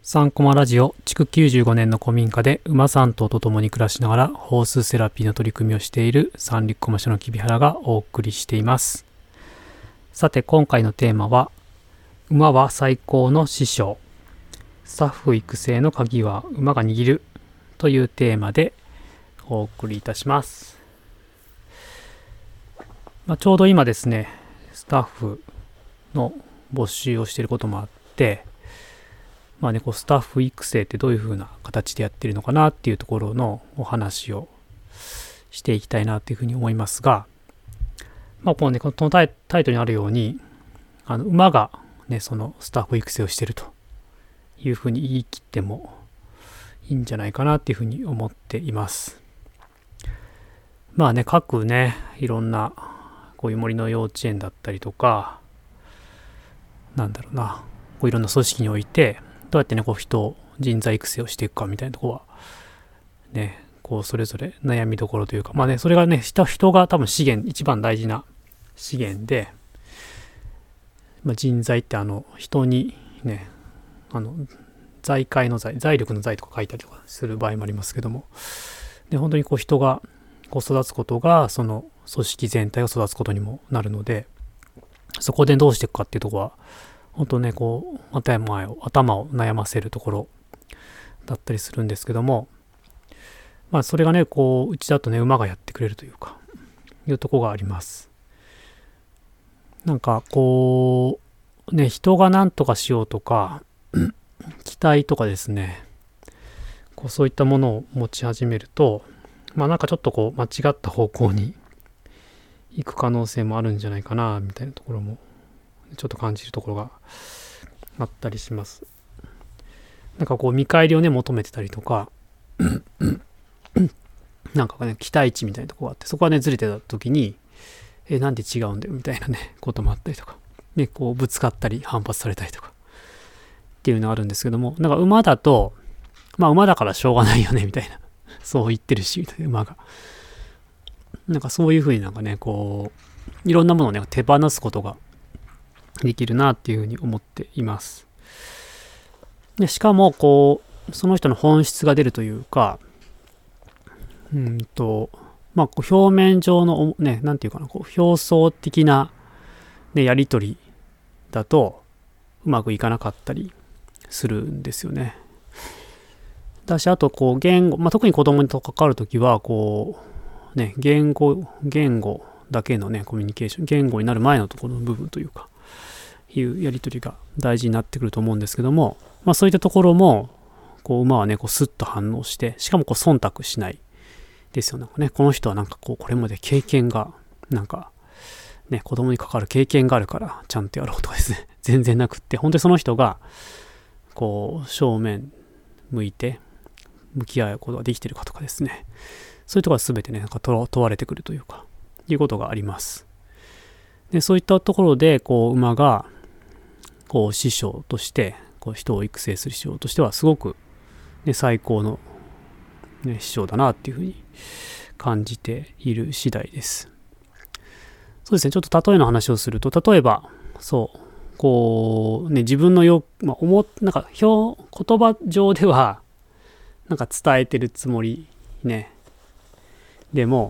3コマラジオ、築95年の古民家で馬3頭と共に暮らしながらホースセラピーの取り組みをしている三陸駒署の木原がお送りしています。さて今回のテーマは、馬は最高の師匠、スタッフ育成の鍵は馬が握るというテーマでお送りいたします。ちょうど今ですね、スタッフの募集をしていることもあって、スタッフ育成ってどういう風な形でやってるのかなっていうところのお話をしていきたいなっていうふうに思いますが、このタイトルにあるように、馬がね、そのスタッフ育成をしているというふうに言い切ってもいいんじゃないかなっていうふうに思っています。各ね、いろんなこういう森の幼稚園だったりとか、いろんな組織において、どうやってね、人材育成をしていくかみたいなところは、ね、それぞれ悩みどころというか、それがね、人が多分一番大事な資源で、人材って人にね、財力の財とか書いたりとかする場合もありますけども、で本当に人が育つことが、その組織全体を育つことにもなるので、そこでどうしていくかっていうところは、本当ね、頭を悩ませるところだったりするんですけども、それがね、うちだとね、馬がやってくれるというか、いうところがあります。人が何とかしようとか、期待とかですね、そういったものを持ち始めると、ちょっと間違った方向に行く可能性もあるんじゃないかな、みたいなところも、ちょっと感じるところがあったりします。見返りをね、求めてたりとか、期待値みたいなところがあって、そこはね、ずれてた時に、なんで違うんだよ、みたいなね、こともあったりとか、ね、ぶつかったり、反発されたりとか、っていうのがあるんですけども、馬だと、馬だからしょうがないよね、みたいな、そう言ってるし、みたいな、馬が。そういうふうにいろんなものをね、手放すことができるなっていうふうに思っています。でしかもその人の本質が出るというか、表面上のね、表層的な、ね、やり取りだとうまくいかなかったりするんですよね。だし、あと言語、特に子供と関わるときは言語だけのね、コミュニケーション、言語になる前のところの部分というか、いうやり取りが大事になってくると思うんですけども、そういったところも馬はね、スッと反応して、しかも忖度しないですよね。この人はこれまで経験が子供に関わる経験があるからちゃんとやろうとかですね、全然なくって、本当にその人が正面向いて向き合うことができているかとかですね、そういうところは全てね、問われてくるというか、いうことがあります。でそういったところで馬が師匠として人を育成する師匠としてはすごく、ね、最高の、ね、師匠だなっていうふうに感じている次第です。そうですね、ちょっと例えの話をすると、例えば自分の言葉上では伝えてるつもりね、でも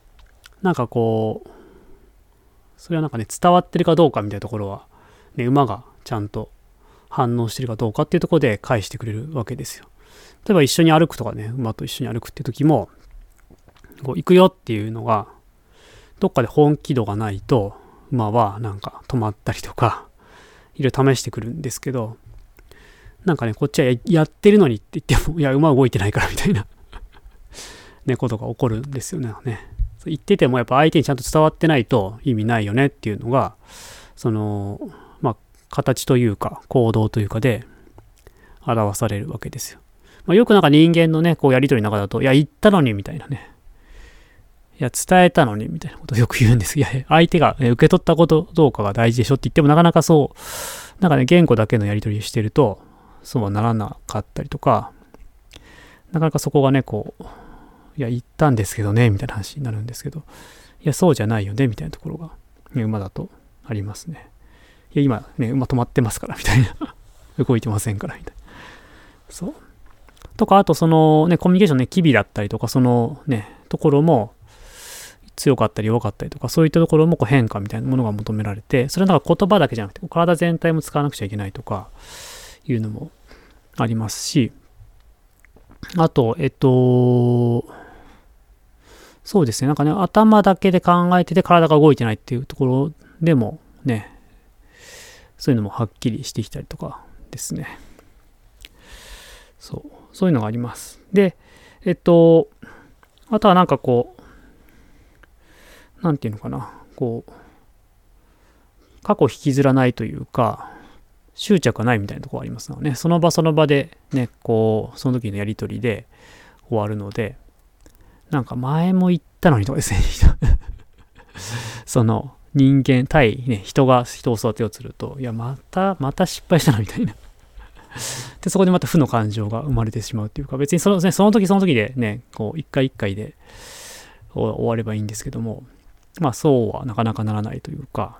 それは伝わってるかどうかみたいなところは、ね、馬がちゃんと反応してるかどうかっていうところで返してくれるわけですよ。例えば一緒に歩くとかね、馬と一緒に歩くって時も、行くよっていうのが、どっかで本気度がないと、馬は止まったりとか、いろいろ試してくるんですけど、こっちはやってるのにって言っても、いや、馬は動いてないからみたいなね、ことが起こるんですよね。言っててもやっぱ相手にちゃんと伝わってないと意味ないよねっていうのが、形というか行動というかで表されるわけですよ。よく人間のね、やりとりの中だと、いや、言ったのにみたいなね。いや、伝えたのにみたいなことをよく言うんです。いや、相手が、受け取ったことどうかが大事でしょって言っても、なかなか言語だけのやりとりしてると、そうはならなかったりとか、なかなかそこがね、いや、言ったんですけどね、みたいな話になるんですけど、いや、そうじゃないよね、みたいなところが、ね、馬だとありますね。いや、今ね、馬止まってますから、みたいな。動いてませんから、みたいな。 そう。とか、あとそのね、コミュニケーションね、機微だったりとか、そのね、ところも強かったり弱かったりとか、そういったところもこう変化みたいなものが求められて、それはなんか言葉だけじゃなくて、体全体も使わなくちゃいけないとか、いうのもありますし、あと、そうですね、なんかね、頭だけで考えてて体が動いてないっていうところでもね、そういうのもはっきりしてきたりとかですね。そういうのがあります。で、あとはなんかこう、なんていうのかな、こう、過去引きずらないというか、執着がないみたいなところありますのでね、その場その場でね、こう、その時のやりとりで終わるので、なんか前も言ったのにとかですね、その人間対ね、人が人を育てようとすると、いや、また失敗したなみたいな。で、そこでまた負の感情が生まれてしまうっていうか、別にその時その時でね、こう、一回一回で終わればいいんですけども、まあそうはなかなかならないというか、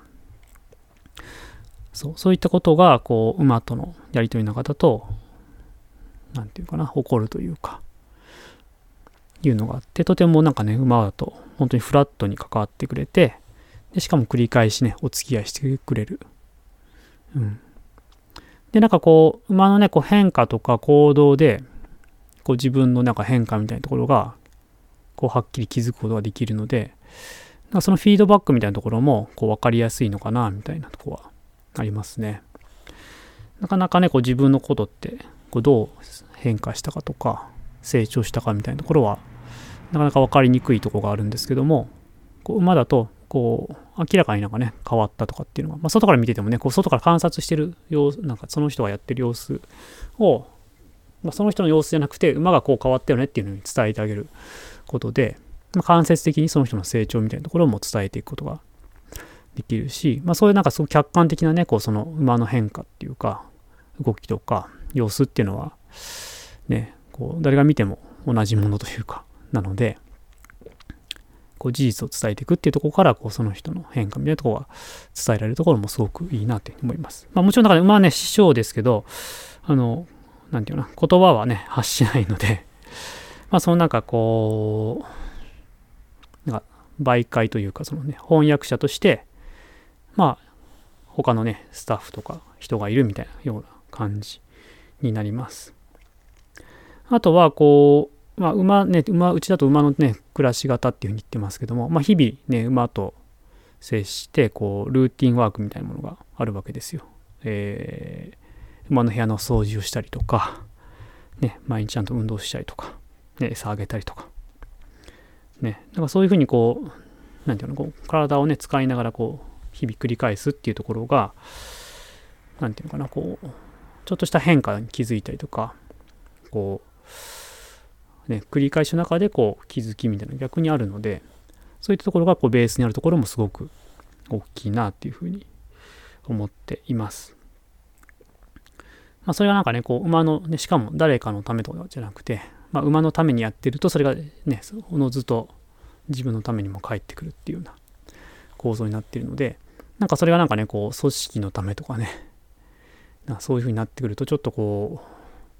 そういったことが、こう、馬とのやりとりの中だと、なんていうかな、起こるというか、いうのがあって、とてもなんかね、馬だと本当にフラットに関わってくれて、でしかも繰り返しね、お付き合いしてくれる。うん。で、なんかこう、馬のね、こう変化とか行動で、こう自分のなんか変化みたいなところが、こうはっきり気づくことができるので、なんかそのフィードバックみたいなところも、こう分かりやすいのかな、みたいなところはありますね。なかなかね、こう自分のことって、こうどう変化したかとか、成長したかみたいなところは、なかなか分かりにくいところがあるんですけども、こう馬だと、こう、明らかになんかね、変わったとかっていうのが、まあ、外から見ててもね、こう外から観察してる様子、なんかその人がやってる様子を、まあ、その人の様子じゃなくて、馬がこう変わったよねっていうのに伝えてあげることで、まあ、間接的にその人の成長みたいなところも伝えていくことができるし、まあ、そういうなんかすごく客観的なね、こうその馬の変化っていうか、動きとか様子っていうのは、ね、こう誰が見ても同じものというか、なので、こう事実を伝えていくっていうところから、こうその人の変化みたいなところが伝えられるところもすごくいいなというふうに思います。まあもちろんだから馬はね、師匠ですけど、なんていうかな、言葉はね、発しないので、まあそのなんかこう、なんか媒介というか、そのね、翻訳者として、まあ他のね、スタッフとか人がいるみたいなような感じになります。あとはこう、まあうちだと馬のね、暮らし方っていうふうに言ってますけども、まあ日々ね、馬と接して、こう、ルーティンワークみたいなものがあるわけですよ。馬の部屋の掃除をしたりとか、ね、毎日ちゃんと運動したりとか、ね、餌あげたりとか。ね、だからそういうふうにこう、なんていうの、こう、体をね、使いながらこう、日々繰り返すっていうところが、なんていうのかな、こう、ちょっとした変化に気づいたりとか、こう、ね、繰り返しの中でこう気づきみたいなのが逆にあるので、そういったところがこうベースにあるところもすごく大きいなっていうふうに思っています。まあそれはなんかね、こう馬のね、しかも誰かのためとかじゃなくて、まあ馬のためにやってると、それがね、おのずと自分のためにも返ってくるっていうような構造になっているので、なんかそれがなんかね、こう組織のためとかね、なんかそういうふうになってくると、ちょっとこう、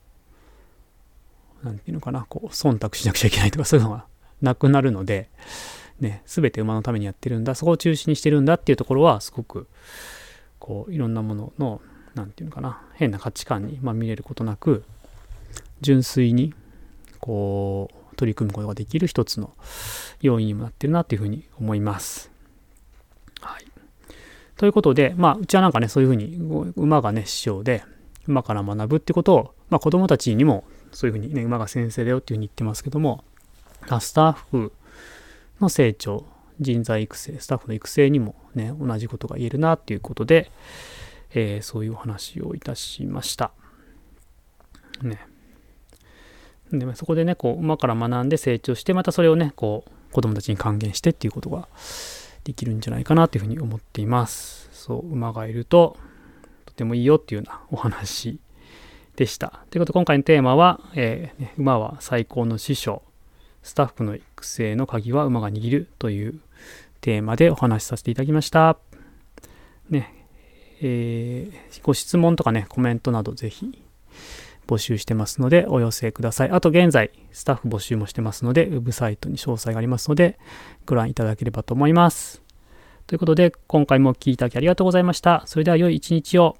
なんていうのかな、こう、忖度しなくちゃいけないとか、そういうのがなくなるので、ね、すべて馬のためにやってるんだ、そこを中心にしてるんだっていうところは、すごく、こう、いろんなものの、なんていうのかな、変な価値観に、見れることなく、純粋に、こう、取り組むことができる一つの要因にもなってるなっていうふうに思います。はい。ということで、うちはなんかね、そういうふうに、馬がね、師匠で、馬から学ぶってことを、子供たちにも、そういうふうにね、馬が先生だよっていうふうに言ってますけども、スタッフの成長、人材育成、スタッフの育成にもね、同じことが言えるなっていうことで、そういうお話をいたしました。ね。で、そこでね、こう、馬から学んで成長して、またそれをね、こう、子供たちに還元してっていうことができるんじゃないかなというふうに思っています。そう、馬がいると、とてもいいよっていうようなお話でした。ということで今回のテーマは、馬は最高の師匠、スタッフの育成の鍵は馬が握るというテーマでお話しさせていただきました。ね、ご質問とかね、コメントなどぜひ募集してますのでお寄せください。あと現在スタッフ募集もしてますので、ウェブサイトに詳細がありますのでご覧いただければと思います。ということで今回もお聞きいただきありがとうございました。それでは良い一日を。